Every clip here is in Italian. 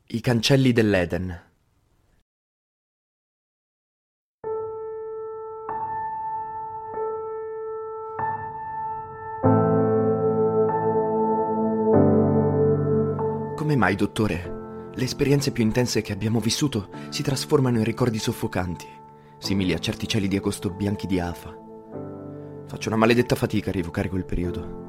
I cancelli dell'Eden. Come mai, dottore, le esperienze più intense che abbiamo vissuto si trasformano in ricordi soffocanti, simili a certi cieli di agosto bianchi di afa? Faccio una maledetta fatica a rievocare quel periodo.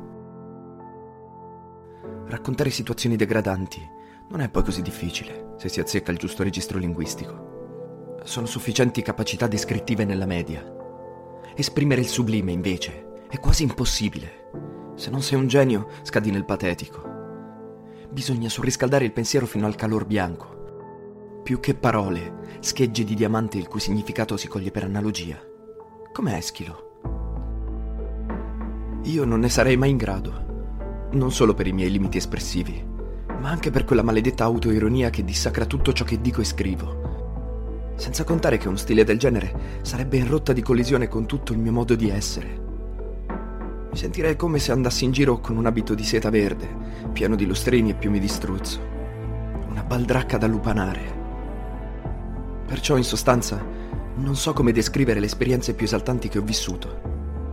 Raccontare situazioni degradanti non è poi così difficile, se si azzecca il giusto registro linguistico. Sono sufficienti capacità descrittive nella media. Esprimere il sublime, invece, è quasi impossibile. Se non sei un genio, scadi nel patetico. Bisogna surriscaldare il pensiero fino al calor bianco. Più che parole, schegge di diamante il cui significato si coglie per analogia. Come Eschilo. Io non ne sarei mai in grado, non solo per i miei limiti espressivi, ma anche per quella maledetta autoironia che dissacra tutto ciò che dico e scrivo. Senza contare che uno stile del genere sarebbe in rotta di collisione con tutto il mio modo di essere. Mi sentirei come se andassi in giro con un abito di seta verde, pieno di lustrini e piumi di struzzo. Una baldracca da lupanare. Perciò, in sostanza, non so come descrivere le esperienze più esaltanti che ho vissuto.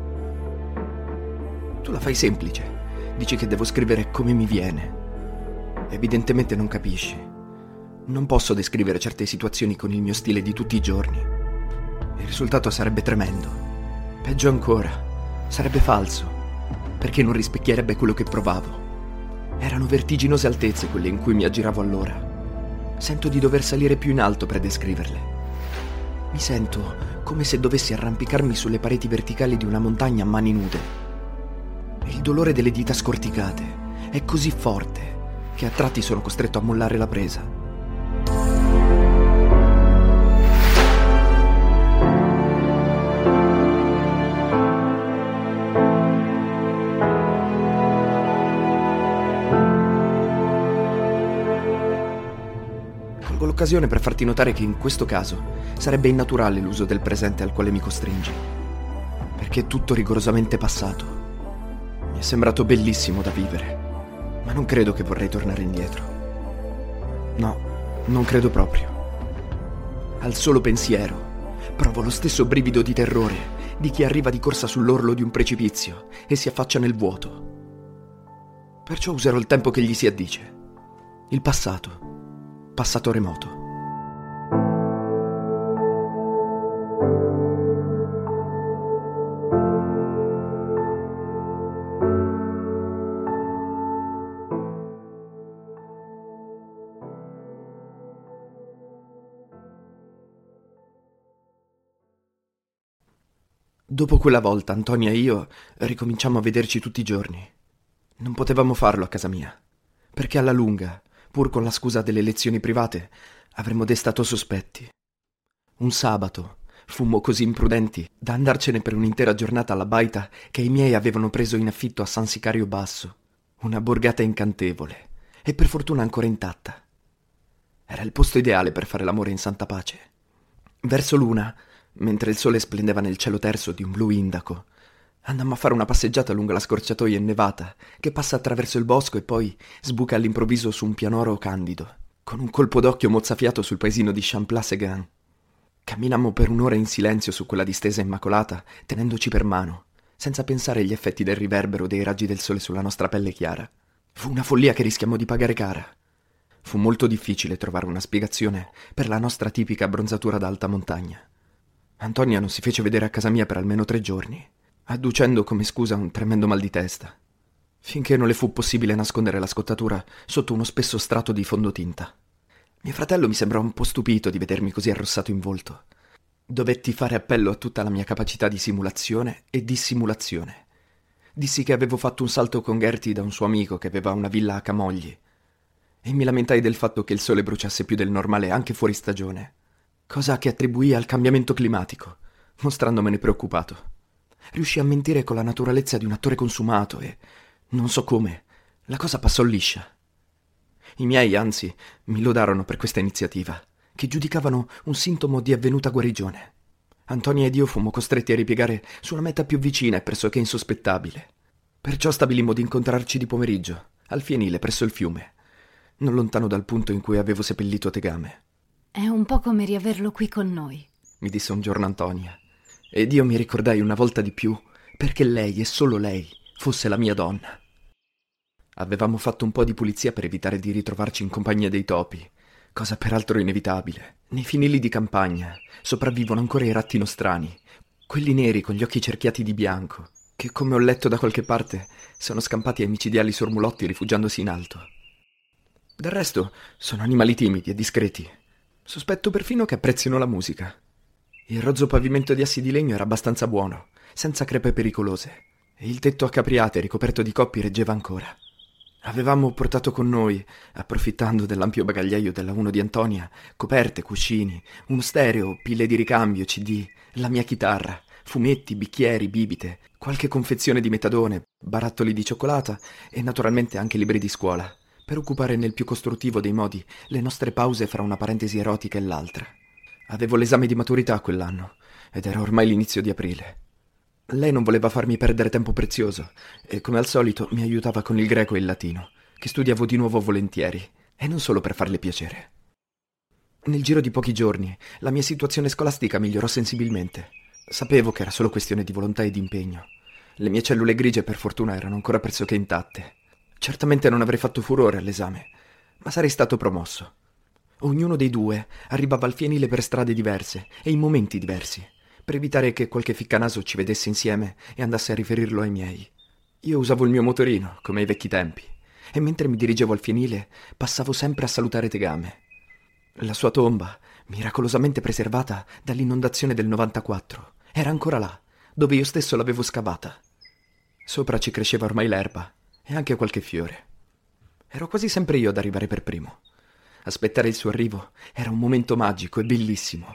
Tu la fai semplice. Dici che devo scrivere come mi viene. Evidentemente non capisci. Non posso descrivere certe situazioni con il mio stile di tutti i giorni. Il risultato sarebbe tremendo. Peggio ancora, sarebbe falso, perché non rispecchierebbe quello che provavo. Erano vertiginose altezze quelle in cui mi aggiravo allora. Sento di dover salire più in alto per descriverle. Mi sento come se dovessi arrampicarmi sulle pareti verticali di una montagna a mani nude. Il dolore delle dita scorticate è così forte che a tratti sono costretto a mollare la presa. Colgo l'occasione per farti notare che in questo caso sarebbe innaturale l'uso del presente al quale mi costringi, perché è tutto rigorosamente passato. Mi è sembrato bellissimo da vivere, ma non credo che vorrei tornare indietro. No, non credo proprio. Al solo pensiero provo lo stesso brivido di terrore di chi arriva di corsa sull'orlo di un precipizio e si affaccia nel vuoto. Perciò userò il tempo che gli si addice. Il passato remoto. Dopo quella volta, Antonia e io ricominciammo a vederci tutti i giorni. Non potevamo farlo a casa mia, perché alla lunga, pur con la scusa delle lezioni private, avremmo destato sospetti. Un sabato fummo così imprudenti da andarcene per un'intera giornata alla baita che i miei avevano preso in affitto a San Sicario Basso, una borgata incantevole e per fortuna ancora intatta. Era il posto ideale per fare l'amore in santa pace. Verso l'una, mentre il sole splendeva nel cielo terso di un blu indaco, andammo a fare una passeggiata lungo la scorciatoia innevata che passa attraverso il bosco e poi sbuca all'improvviso su un pianoro candido, con un colpo d'occhio mozzafiato sul paesino di Champlain-Séguin. Camminammo per un'ora in silenzio su quella distesa immacolata, tenendoci per mano, senza pensare agli effetti del riverbero dei raggi del sole sulla nostra pelle chiara. Fu una follia che rischiammo di pagare cara. Fu molto difficile trovare una spiegazione per la nostra tipica abbronzatura da alta montagna. Antonia non si fece vedere a casa mia per almeno 3 giorni, adducendo come scusa un tremendo mal di testa, finché non le fu possibile nascondere la scottatura sotto uno spesso strato di fondotinta. Mio fratello mi sembrò un po' stupito di vedermi così arrossato in volto. Dovetti fare appello a tutta la mia capacità di simulazione e dissimulazione. Dissi che avevo fatto un salto con Gertie da un suo amico che aveva una villa a Camogli, e mi lamentai del fatto che il sole bruciasse più del normale anche fuori stagione, cosa che attribuì al cambiamento climatico, mostrandomene preoccupato. Riuscii a mentire con la naturalezza di un attore consumato e, non so come, la cosa passò liscia. I miei, anzi, mi lodarono per questa iniziativa, che giudicavano un sintomo di avvenuta guarigione. Antonia ed io fummo costretti a ripiegare su una meta più vicina e pressoché insospettabile. Perciò stabilimmo di incontrarci di pomeriggio, al fienile presso il fiume. non lontano dal punto in cui avevo seppellito Tegame. È un po' come riaverlo qui con noi, mi disse un giorno Antonia. Ed io mi ricordai una volta di più perché lei, e solo lei, fosse la mia donna. Avevamo fatto un po' di pulizia per evitare di ritrovarci in compagnia dei topi, cosa peraltro inevitabile. Nei finili di campagna sopravvivono ancora i ratti nostrani, quelli neri con gli occhi cerchiati di bianco, che, come ho letto da qualche parte, sono scampati ai micidiali sormulotti rifugiandosi in alto. Del resto sono animali timidi e discreti. Sospetto perfino che apprezzino la musica. Il rozzo pavimento di assi di legno era abbastanza buono, senza crepe pericolose, e il tetto a capriate ricoperto di coppi reggeva ancora. Avevamo portato con noi, approfittando dell'ampio bagagliaio della Uno di Antonia, coperte, cuscini, uno stereo, pile di ricambio, CD, la mia chitarra, fumetti, bicchieri, bibite, qualche confezione di metadone, barattoli di cioccolata e naturalmente anche libri di scuola, per occupare nel più costruttivo dei modi le nostre pause fra una parentesi erotica e l'altra. Avevo l'esame di maturità quell'anno ed era ormai l'inizio di aprile. Lei non voleva farmi perdere tempo prezioso e, come al solito, mi aiutava con il greco e il latino, che studiavo di nuovo volentieri, e non solo per farle piacere. Nel giro di pochi giorni la mia situazione scolastica migliorò sensibilmente. Sapevo che era solo questione di volontà e di impegno. Le mie cellule grigie, per fortuna, erano ancora pressoché intatte. Certamente non avrei fatto furore all'esame, ma sarei stato promosso. Ognuno dei due arrivava al fienile per strade diverse e in momenti diversi, per evitare che qualche ficcanaso ci vedesse insieme e andasse a riferirlo ai miei. Io usavo il mio motorino, come ai vecchi tempi, e mentre mi dirigevo al fienile passavo sempre a salutare Tegame. La sua tomba, miracolosamente preservata dall'inondazione del 94, era ancora là, dove io stesso l'avevo scavata. Sopra ci cresceva ormai l'erba e anche qualche fiore. Ero quasi sempre io ad arrivare per primo. Aspettare il suo arrivo era un momento magico e bellissimo.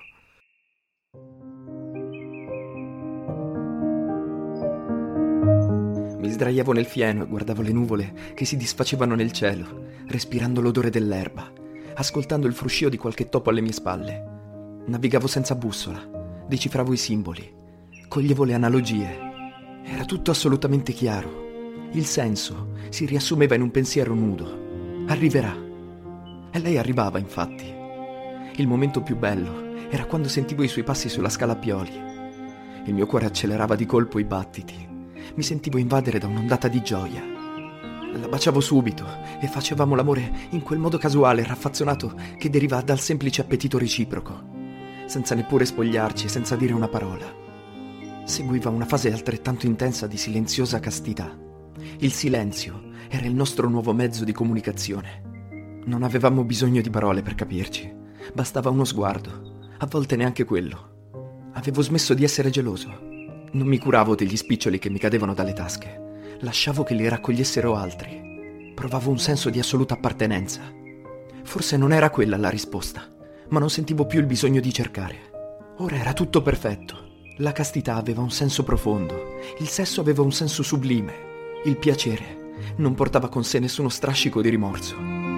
Mi sdraiavo nel fieno e guardavo le nuvole che si disfacevano nel cielo, respirando l'odore dell'erba, ascoltando il fruscio di qualche topo alle mie spalle. Navigavo senza bussola, decifravo i simboli, coglievo le analogie. Era tutto assolutamente chiaro. Il senso si riassumeva in un pensiero nudo. Arriverà. E lei arrivava, infatti. Il momento più bello era quando sentivo i suoi passi sulla scala a pioli. Il mio cuore accelerava di colpo i battiti. Mi sentivo invadere da un'ondata di gioia. La baciavo subito e facevamo l'amore in quel modo casuale e raffazzonato che deriva dal semplice appetito reciproco, senza neppure spogliarci e senza dire una parola. Seguiva una fase altrettanto intensa di silenziosa castità. Il silenzio era il nostro nuovo mezzo di comunicazione. Non avevamo bisogno di parole per capirci, bastava uno sguardo, a volte neanche quello. Avevo smesso di essere geloso. Non mi curavo degli spiccioli che mi cadevano dalle tasche. Lasciavo che li raccogliessero altri. Provavo un senso di assoluta appartenenza. Forse non era quella la risposta, ma non sentivo più il bisogno di cercare. Ora era tutto perfetto. La castità aveva un senso profondo, il sesso aveva un senso sublime, il piacere non portava con sé nessuno strascico di rimorso.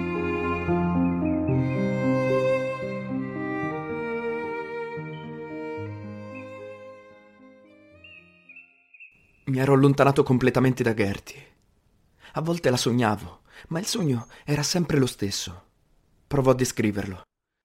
Mi ero allontanato completamente da Gertie. A volte la sognavo, ma il sogno era sempre lo stesso. Provo a descriverlo.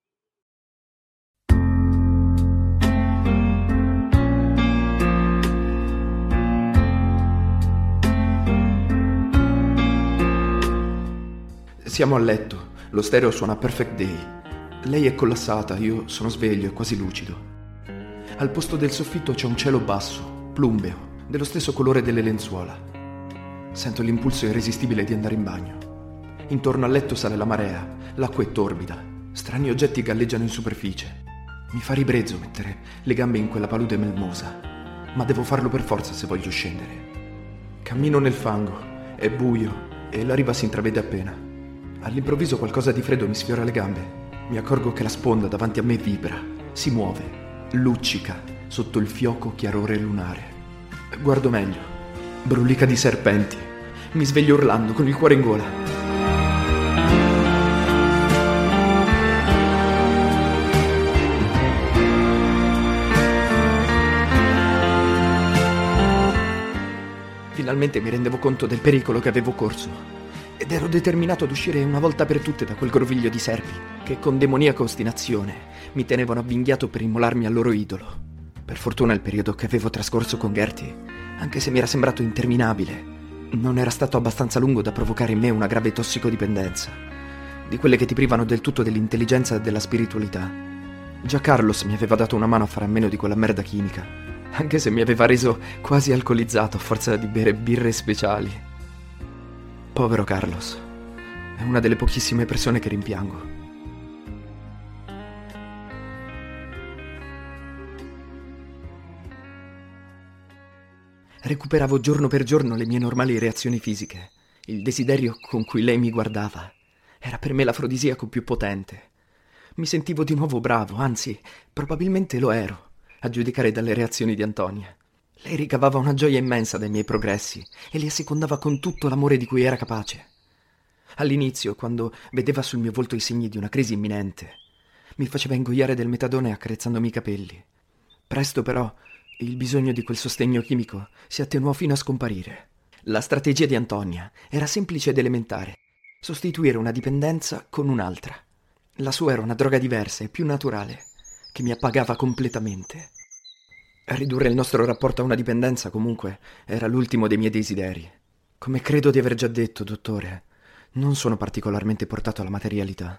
Siamo a letto, lo stereo suona Perfect Day. Lei è collassata, io sono sveglio e quasi lucido. Al posto del soffitto c'è un cielo basso, plumbeo, dello stesso colore delle lenzuola. Sento l'impulso irresistibile di andare in bagno. Intorno al letto sale la marea, l'acqua è torbida, strani oggetti galleggiano in superficie. Mi fa ribrezzo mettere le gambe in quella palude melmosa, ma devo farlo per forza se voglio scendere. Cammino nel fango, è buio e la riva si intravede appena. All'improvviso qualcosa di freddo mi sfiora le gambe. Mi accorgo che la sponda davanti a me vibra, si muove, luccica sotto il fioco chiarore lunare. Guardo meglio. Brulica di serpenti. Mi sveglio urlando con il cuore in gola. Finalmente mi rendevo conto del pericolo che avevo corso. ed ero determinato ad uscire una volta per tutte da quel groviglio di servi che con demoniaca ostinazione mi tenevano avvinghiato per immolarmi al loro idolo. Per fortuna il periodo che avevo trascorso con Gertie, anche se mi era sembrato interminabile, non era stato abbastanza lungo da provocare in me una grave tossicodipendenza, di quelle che ti privano del tutto dell'intelligenza e della spiritualità. Già Carlos mi aveva dato una mano a fare a meno di quella merda chimica, anche se mi aveva reso quasi alcolizzato a forza di bere birre speciali. Povero Carlos, è una delle pochissime persone che rimpiango. Recuperavo giorno per giorno le mie normali reazioni fisiche. Il desiderio con cui lei mi guardava era per me l'afrodisiaco più potente. Mi sentivo di nuovo bravo, anzi, probabilmente lo ero, a giudicare dalle reazioni di Antonia. Lei ricavava una gioia immensa dai miei progressi e li assecondava con tutto l'amore di cui era capace. All'inizio, quando vedeva sul mio volto i segni di una crisi imminente, mi faceva ingoiare del metadone accarezzandomi i capelli. Presto, però, il bisogno di quel sostegno chimico si attenuò fino a scomparire. La strategia di Antonia era semplice ed elementare: sostituire una dipendenza con un'altra. La sua era una droga diversa e più naturale, che mi appagava completamente. Ridurre il nostro rapporto a una dipendenza, comunque, era l'ultimo dei miei desideri. Come credo di aver già detto, dottore, non sono particolarmente portato alla materialità.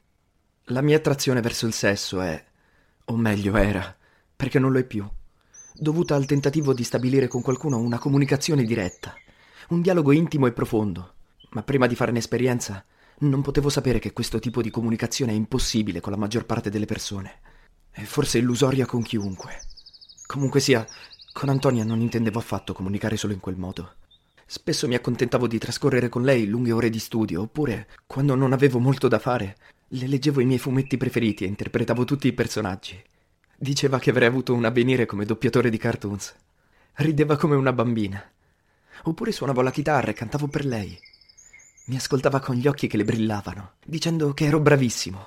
La mia attrazione verso il sesso è, o meglio era, perché non lo è più, dovuta al tentativo di stabilire con qualcuno una comunicazione diretta, un dialogo intimo e profondo. Ma prima di farne esperienza, non potevo sapere che questo tipo di comunicazione è impossibile con la maggior parte delle persone, e forse illusoria con chiunque. Comunque sia, con Antonia non intendevo affatto comunicare solo in quel modo. Spesso mi accontentavo di trascorrere con lei lunghe ore di studio, oppure, quando non avevo molto da fare, le leggevo i miei fumetti preferiti e interpretavo tutti i personaggi. Diceva che avrei avuto un avvenire come doppiatore di cartoons. Rideva come una bambina. Oppure suonavo la chitarra e cantavo per lei. Mi ascoltava con gli occhi che le brillavano, dicendo che ero bravissimo.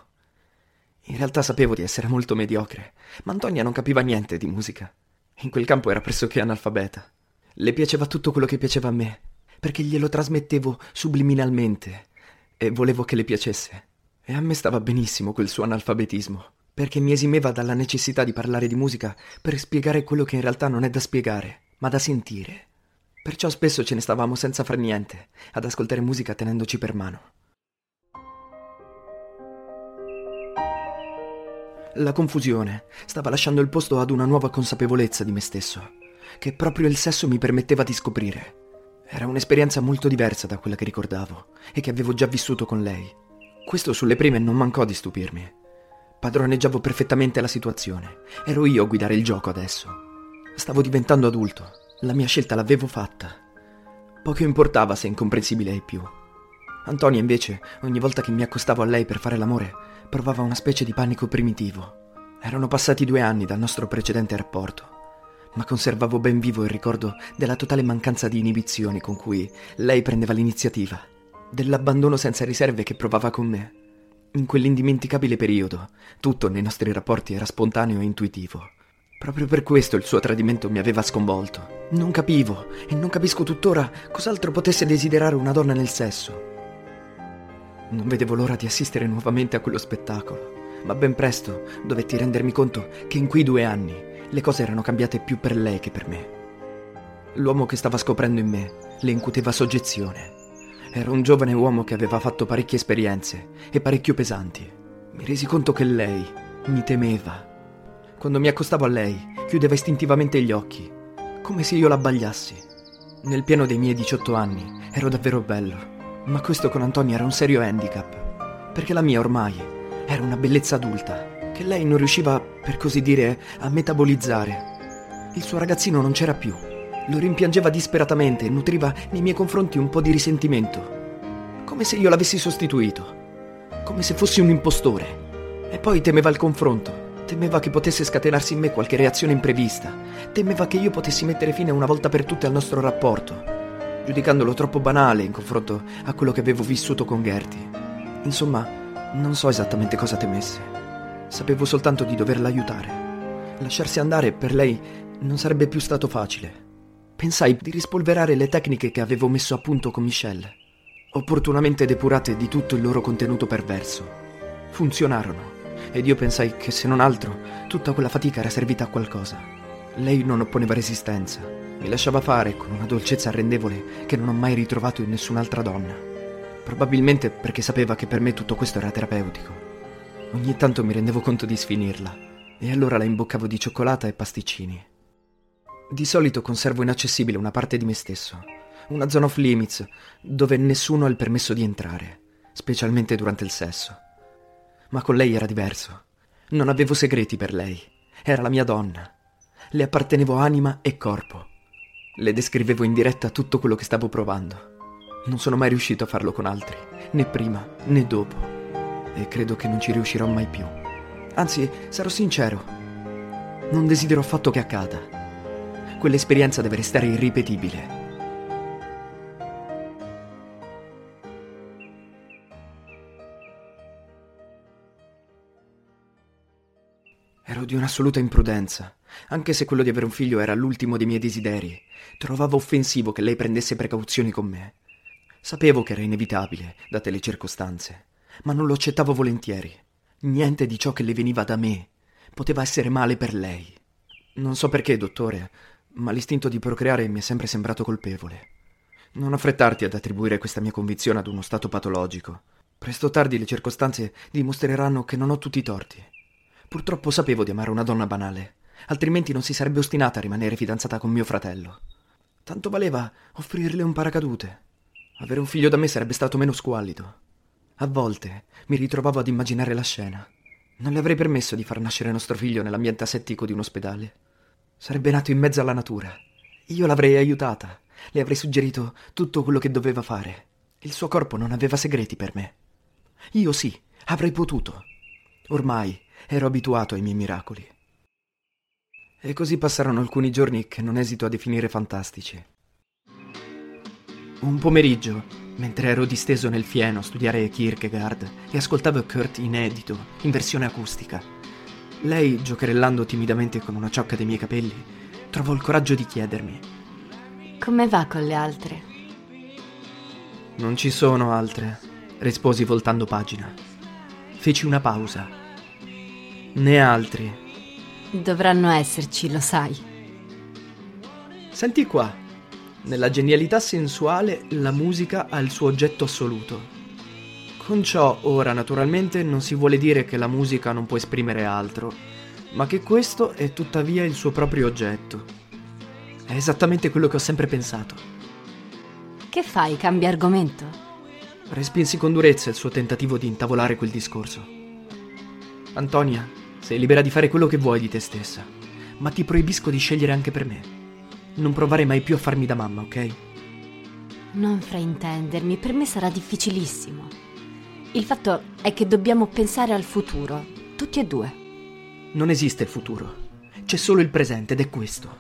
In realtà sapevo di essere molto mediocre, ma Antonia non capiva niente di musica. In quel campo era pressoché analfabeta. Le piaceva tutto quello che piaceva a me, perché glielo trasmettevo subliminalmente e volevo che le piacesse. E a me stava benissimo quel suo analfabetismo, perché mi esimeva dalla necessità di parlare di musica per spiegare quello che in realtà non è da spiegare, ma da sentire. Perciò spesso ce ne stavamo senza far niente, ad ascoltare musica tenendoci per mano. La confusione stava lasciando il posto ad una nuova consapevolezza di me stesso, che proprio il sesso mi permetteva di scoprire. Era un'esperienza molto diversa da quella che ricordavo e che avevo già vissuto con lei. Questo sulle prime non mancò di stupirmi. Padroneggiavo perfettamente la situazione. Ero io a guidare il gioco adesso. Stavo diventando adulto. La mia scelta l'avevo fatta. Poco importava se incomprensibile ai più. Antonia, invece, ogni volta che mi accostavo a lei per fare l'amore, provava una specie di panico primitivo. Erano passati 2 anni dal nostro precedente rapporto, ma conservavo ben vivo il ricordo della totale mancanza di inibizioni con cui lei prendeva l'iniziativa, dell'abbandono senza riserve che provava con me. In quell'indimenticabile periodo, tutto nei nostri rapporti era spontaneo e intuitivo. Proprio per questo il suo tradimento mi aveva sconvolto. Non capivo, e non capisco tuttora, cos'altro potesse desiderare una donna nel sesso. Non vedevo l'ora di assistere nuovamente a quello spettacolo, ma ben presto dovetti rendermi conto che in quei 2 anni le cose erano cambiate più per lei che per me. L'uomo che stava scoprendo in me le incuteva soggezione. Era un giovane uomo che aveva fatto parecchie esperienze e parecchio pesanti. Mi resi conto che lei mi temeva. Quando mi accostavo a lei, chiudeva istintivamente gli occhi, come se io l'abbagliassi. Nel pieno dei miei 18 anni ero davvero bello. Ma questo con Antonia era un serio handicap, perché la mia ormai era una bellezza adulta, che lei non riusciva, per così dire, a metabolizzare. Il suo ragazzino non c'era più, lo rimpiangeva disperatamente e nutriva nei miei confronti un po' di risentimento, come se io l'avessi sostituito, come se fossi un impostore. E poi temeva il confronto, temeva che potesse scatenarsi in me qualche reazione imprevista, temeva che io potessi mettere fine una volta per tutte al nostro rapporto, giudicandolo troppo banale in confronto a quello che avevo vissuto con Gertie. Insomma, non so esattamente cosa temesse. Sapevo soltanto di doverla aiutare. Lasciarsi andare per lei non sarebbe più stato facile. Pensai di rispolverare le tecniche che avevo messo a punto con Michelle. opportunamente depurate di tutto il loro contenuto perverso. Funzionarono, ed io pensai che se non altro tutta quella fatica era servita a qualcosa. Lei non opponeva resistenza, mi lasciava fare con una dolcezza arrendevole che non ho mai ritrovato in nessun'altra donna. Probabilmente perché sapeva che per me tutto questo era terapeutico. Ogni tanto mi rendevo conto di sfinirla, e allora la imboccavo di cioccolata e pasticcini. Di solito conservo inaccessibile una parte di me stesso, una zona off limits, dove nessuno ha il permesso di entrare, specialmente durante il sesso. Ma con lei era diverso. Non avevo segreti per lei. Era la mia donna. Le appartenevo anima e corpo. Le descrivevo in diretta tutto quello che stavo provando. Non sono mai riuscito a farlo con altri, né prima né dopo. E credo che non ci riuscirò mai più. Anzi, sarò sincero. Non desidero affatto che accada. Quell'esperienza deve restare irripetibile. Ero di un'assoluta imprudenza, anche se quello di avere un figlio era l'ultimo dei miei desideri. Trovavo offensivo che lei prendesse precauzioni con me. Sapevo che era inevitabile, date le circostanze, ma non lo accettavo volentieri. Niente di ciò che le veniva da me poteva essere male per lei. Non so perché, dottore, ma l'istinto di procreare mi è sempre sembrato colpevole. Non affrettarti ad attribuire questa mia convinzione ad uno stato patologico. Presto o tardi le circostanze dimostreranno che non ho tutti i torti. Purtroppo sapevo di amare una donna banale, altrimenti non si sarebbe ostinata a rimanere fidanzata con mio fratello. Tanto valeva offrirle un paracadute. Avere un figlio da me sarebbe stato meno squallido. A volte mi ritrovavo ad immaginare la scena. Non le avrei permesso di far nascere nostro figlio nell'ambiente asettico di un ospedale. Sarebbe nato in mezzo alla natura. Io l'avrei aiutata, le avrei suggerito tutto quello che doveva fare. Il suo corpo non aveva segreti per me. Io sì, avrei potuto. Ormai ero abituato ai miei miracoli. E così passarono alcuni giorni che non esito a definire fantastici. Un pomeriggio, mentre ero disteso nel fieno a studiare Kierkegaard e ascoltavo Kurt inedito, in versione acustica, lei, giocherellando timidamente con una ciocca dei miei capelli, trovò il coraggio di chiedermi: Come va con le altre? Non ci sono altre, risposi voltando pagina. Feci una pausa. Né altri. Dovranno esserci, lo sai. Senti qua. Nella genialità sensuale la musica ha il suo oggetto assoluto. Con ciò ora naturalmente non si vuole dire che la musica non può esprimere altro, ma che questo è tuttavia il suo proprio oggetto. È esattamente quello che ho sempre pensato. Che fai? Cambia argomento? Respinsi con durezza il suo tentativo di intavolare quel discorso. Antonia, sei libera di fare quello che vuoi di te stessa, ma ti proibisco di scegliere anche per me. Non provare mai più a farmi da mamma, ok? Non fraintendermi, per me sarà difficilissimo. Il fatto è che dobbiamo pensare al futuro, tutti e due. Non esiste il futuro, c'è solo il presente ed è questo.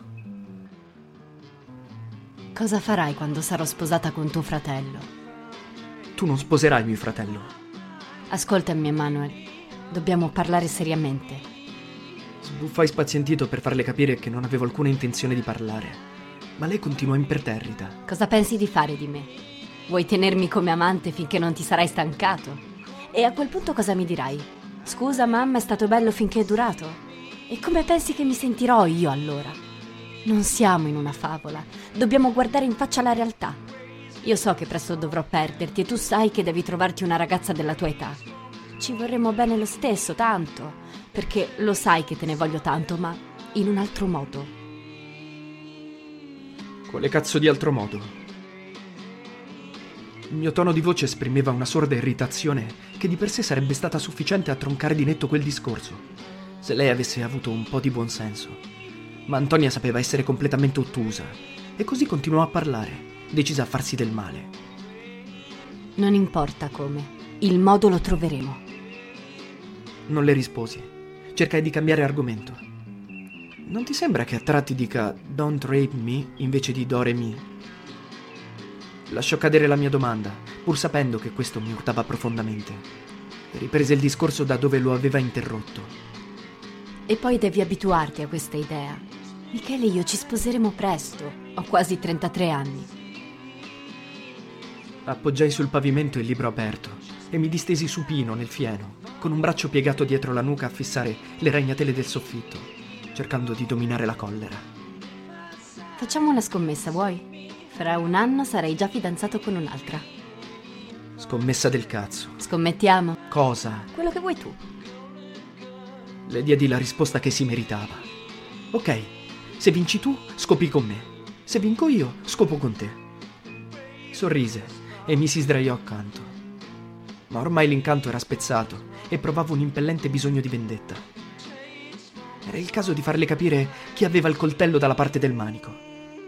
Cosa farai quando sarò sposata con tuo fratello? Tu non sposerai mio fratello. Ascoltami, Emanuel, dobbiamo parlare seriamente. Sbuffai spazientito per farle capire che non avevo alcuna intenzione di parlare, ma lei continuò imperterrita. Cosa pensi di fare di me? Vuoi tenermi come amante finché non ti sarai stancato? E a quel punto cosa mi dirai? Scusa mamma, è stato bello finché è durato? E come pensi che mi sentirò io allora? Non siamo in una favola, dobbiamo guardare in faccia la realtà. Io so che presto dovrò perderti e tu sai che devi trovarti una ragazza della tua età. Ci vorremmo bene lo stesso, tanto, perché lo sai che te ne voglio tanto, ma in un altro modo. Quale cazzo di altro modo? Il mio tono di voce esprimeva una sorda irritazione che di per sé sarebbe stata sufficiente a troncare di netto quel discorso, se lei avesse avuto un po' di buonsenso. Ma Antonia sapeva essere completamente ottusa, e così continuò a parlare, decisa a farsi del male. Non importa come, il modo lo troveremo. Non le risposi. Cercai di cambiare argomento. Non ti sembra che a tratti dica "Don't rape me" invece di "Dore me"? Lasciò cadere la mia domanda, pur sapendo che questo mi urtava profondamente. Riprese il discorso da dove lo aveva interrotto. E poi devi abituarti a questa idea. Michele e io ci sposeremo presto. Ho quasi 33 anni. Appoggiai sul pavimento il libro aperto e mi distesi supino nel fieno, con un braccio piegato dietro la nuca a fissare le ragnatele del soffitto, cercando di dominare la collera. Facciamo una scommessa, vuoi? Fra un anno sarai già fidanzato con un'altra. Scommessa del cazzo. Scommettiamo? Cosa? Quello che vuoi tu. Le diedi la risposta che si meritava. Ok, se vinci tu, scopi con me. Se vinco io, scopo con te. Sorrise e mi si sdraiò accanto. Ma ormai l'incanto era spezzato e provavo un impellente bisogno di vendetta. Era il caso di farle capire chi aveva il coltello dalla parte del manico.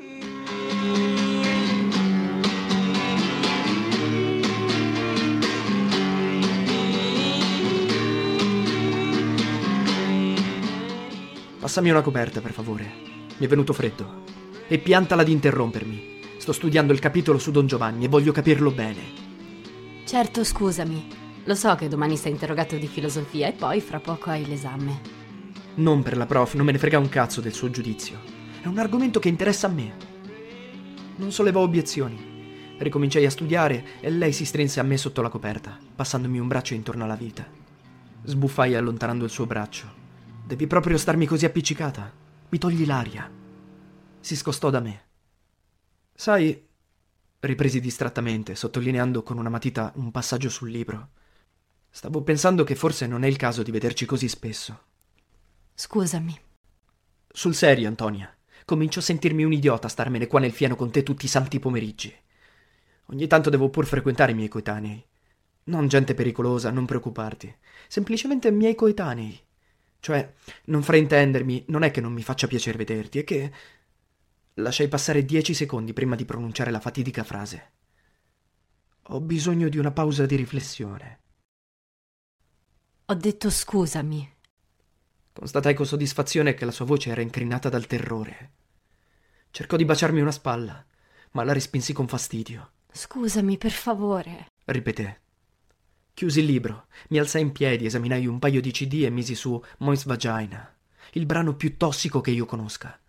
Passami una coperta, per favore. Mi è venuto freddo. E piantala di interrompermi. Sto studiando il capitolo su Don Giovanni e voglio capirlo bene. Certo, scusami. Lo so che domani sei interrogato di filosofia e poi fra poco hai l'esame. Non per la prof, non me ne frega un cazzo del suo giudizio. È un argomento che interessa a me. Non sollevò obiezioni. Ricominciai a studiare e lei si strinse a me sotto la coperta, passandomi un braccio intorno alla vita. Sbuffai allontanando il suo braccio. Devi proprio starmi così appiccicata? Mi togli l'aria. Si scostò da me. Sai, ripresi distrattamente, sottolineando con una matita un passaggio sul libro. Stavo pensando che forse non è il caso di vederci così spesso. Scusami. Sul serio, Antonia. Comincio a sentirmi un idiota starmene qua nel fieno con te tutti i santi pomeriggi. Ogni tanto devo pur frequentare i miei coetanei. Non gente pericolosa, non preoccuparti. Semplicemente miei coetanei. Cioè, non fraintendermi, non è che non mi faccia piacere vederti, è che... Lasciai passare 10 secondi prima di pronunciare la fatidica frase. Ho bisogno di una pausa di riflessione. Ho detto scusami. Constatai con soddisfazione che la sua voce era incrinata dal terrore. Cercò di baciarmi una spalla, ma la respinsi con fastidio. Scusami, per favore. Ripeté. Chiusi il libro, mi alzai in piedi, esaminai un paio di CD e misi su Moist Vagina, il brano più tossico che io conosca.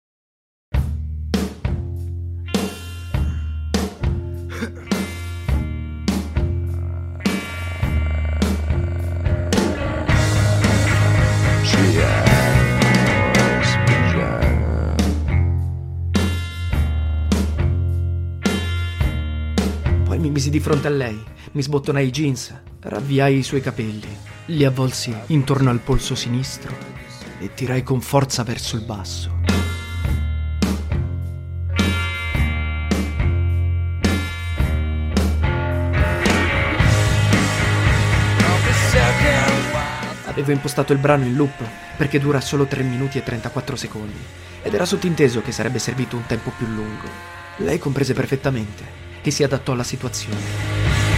Poi mi misi di fronte a lei, mi sbottonai i jeans, ravviai i suoi capelli, li avvolsi intorno al polso sinistro e tirai con forza verso il basso. Avevo impostato il brano in loop perché dura solo 3 minuti e 34 secondi ed era sottinteso che sarebbe servito un tempo più lungo. Lei comprese perfettamente e si adattò alla situazione.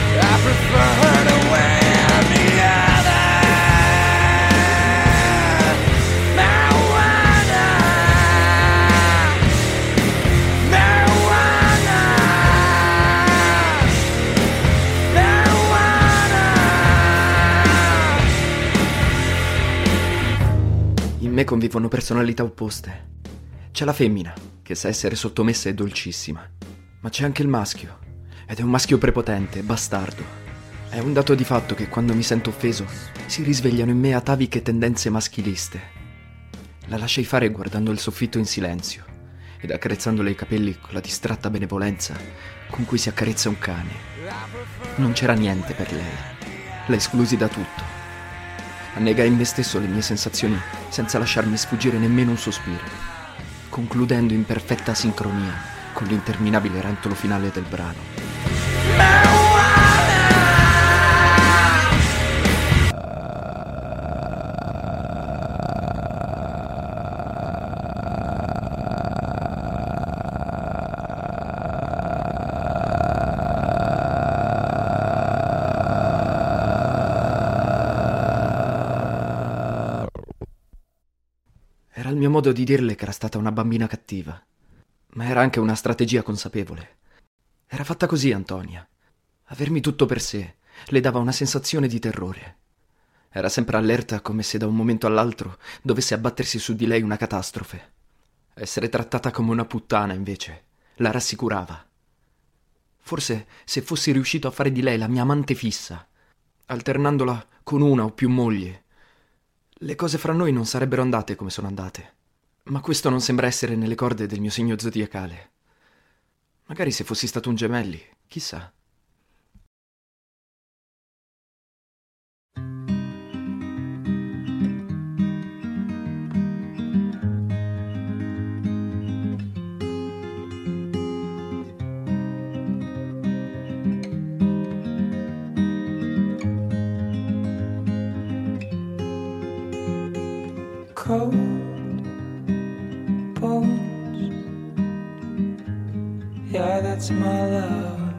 In me convivono personalità opposte. C'è la femmina, che sa essere sottomessa e dolcissima, ma c'è anche il maschio, ed è un maschio prepotente, bastardo. È un dato di fatto che quando mi sento offeso si risvegliano in me ataviche tendenze maschiliste. La lasciai fare guardando il soffitto in silenzio ed accarezzandole i capelli con la distratta benevolenza con cui si accarezza un cane. Non c'era niente per lei. La esclusi da tutto. Annegai in me stesso le mie sensazioni senza lasciarmi sfuggire nemmeno un sospiro, concludendo in perfetta sincronia con l'interminabile rantolo finale del brano. Era il mio modo di dirle che era stata una bambina cattiva, ma era anche una strategia consapevole. Era fatta così, Antonia. Avermi tutto per sé le dava una sensazione di terrore. Era sempre allerta come se da un momento all'altro dovesse abbattersi su di lei una catastrofe. Essere trattata come una puttana, invece, la rassicurava. Forse se fossi riuscito a fare di lei la mia amante fissa, alternandola con una o più mogli, le cose fra noi non sarebbero andate come sono andate. Ma questo non sembra essere nelle corde del mio segno zodiacale. Magari se fossi stato un gemelli, chissà. Cold bones, yeah, that's my love.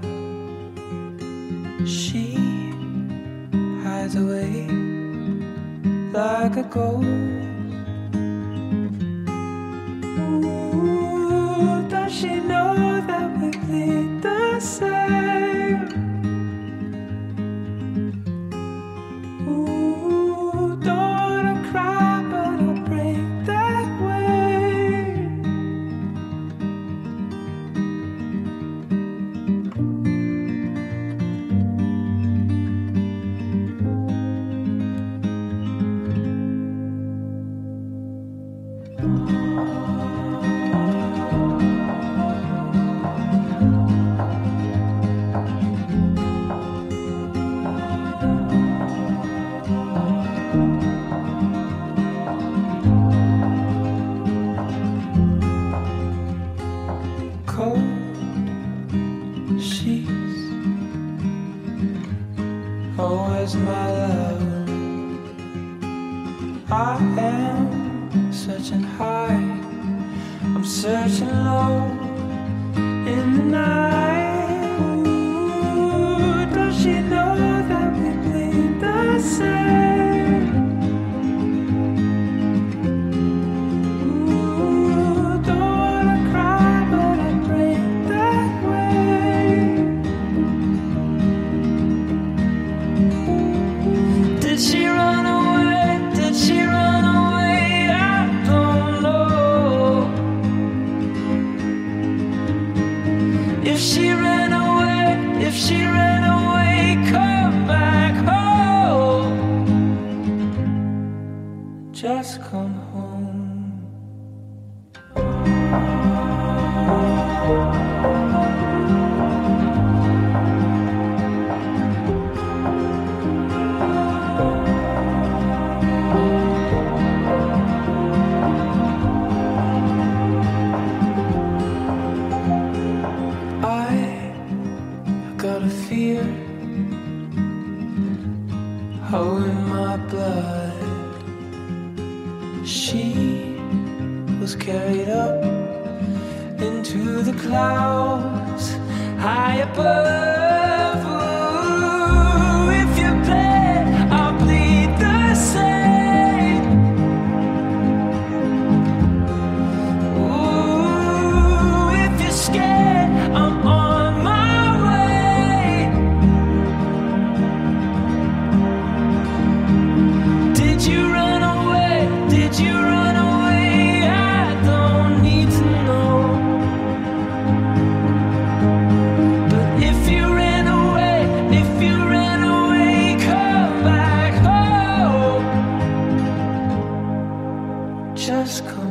She hides away like a ghost. Ooh, does she know that we bleed the same? Ooh, don't wanna cry, but I'll break that way. Cold sheets, always my love. I am searching high, I'm searching low in the night. Ooh, does she know that we bleed the same? Ooh, don't wanna cry, but I break that way. Did she run away? Did she run away? I don't know. If she ran away, if she ran away, come back home. Just come home. I got a fear, oh, in my blood. She was carried up into the clouds high above. Ooh, if you bleed, I'll bleed the same. Ooh, if you're scared, I'm on my way. Did you run away? Did you run away? I don't need to know. But if you ran away, come back home. Just come.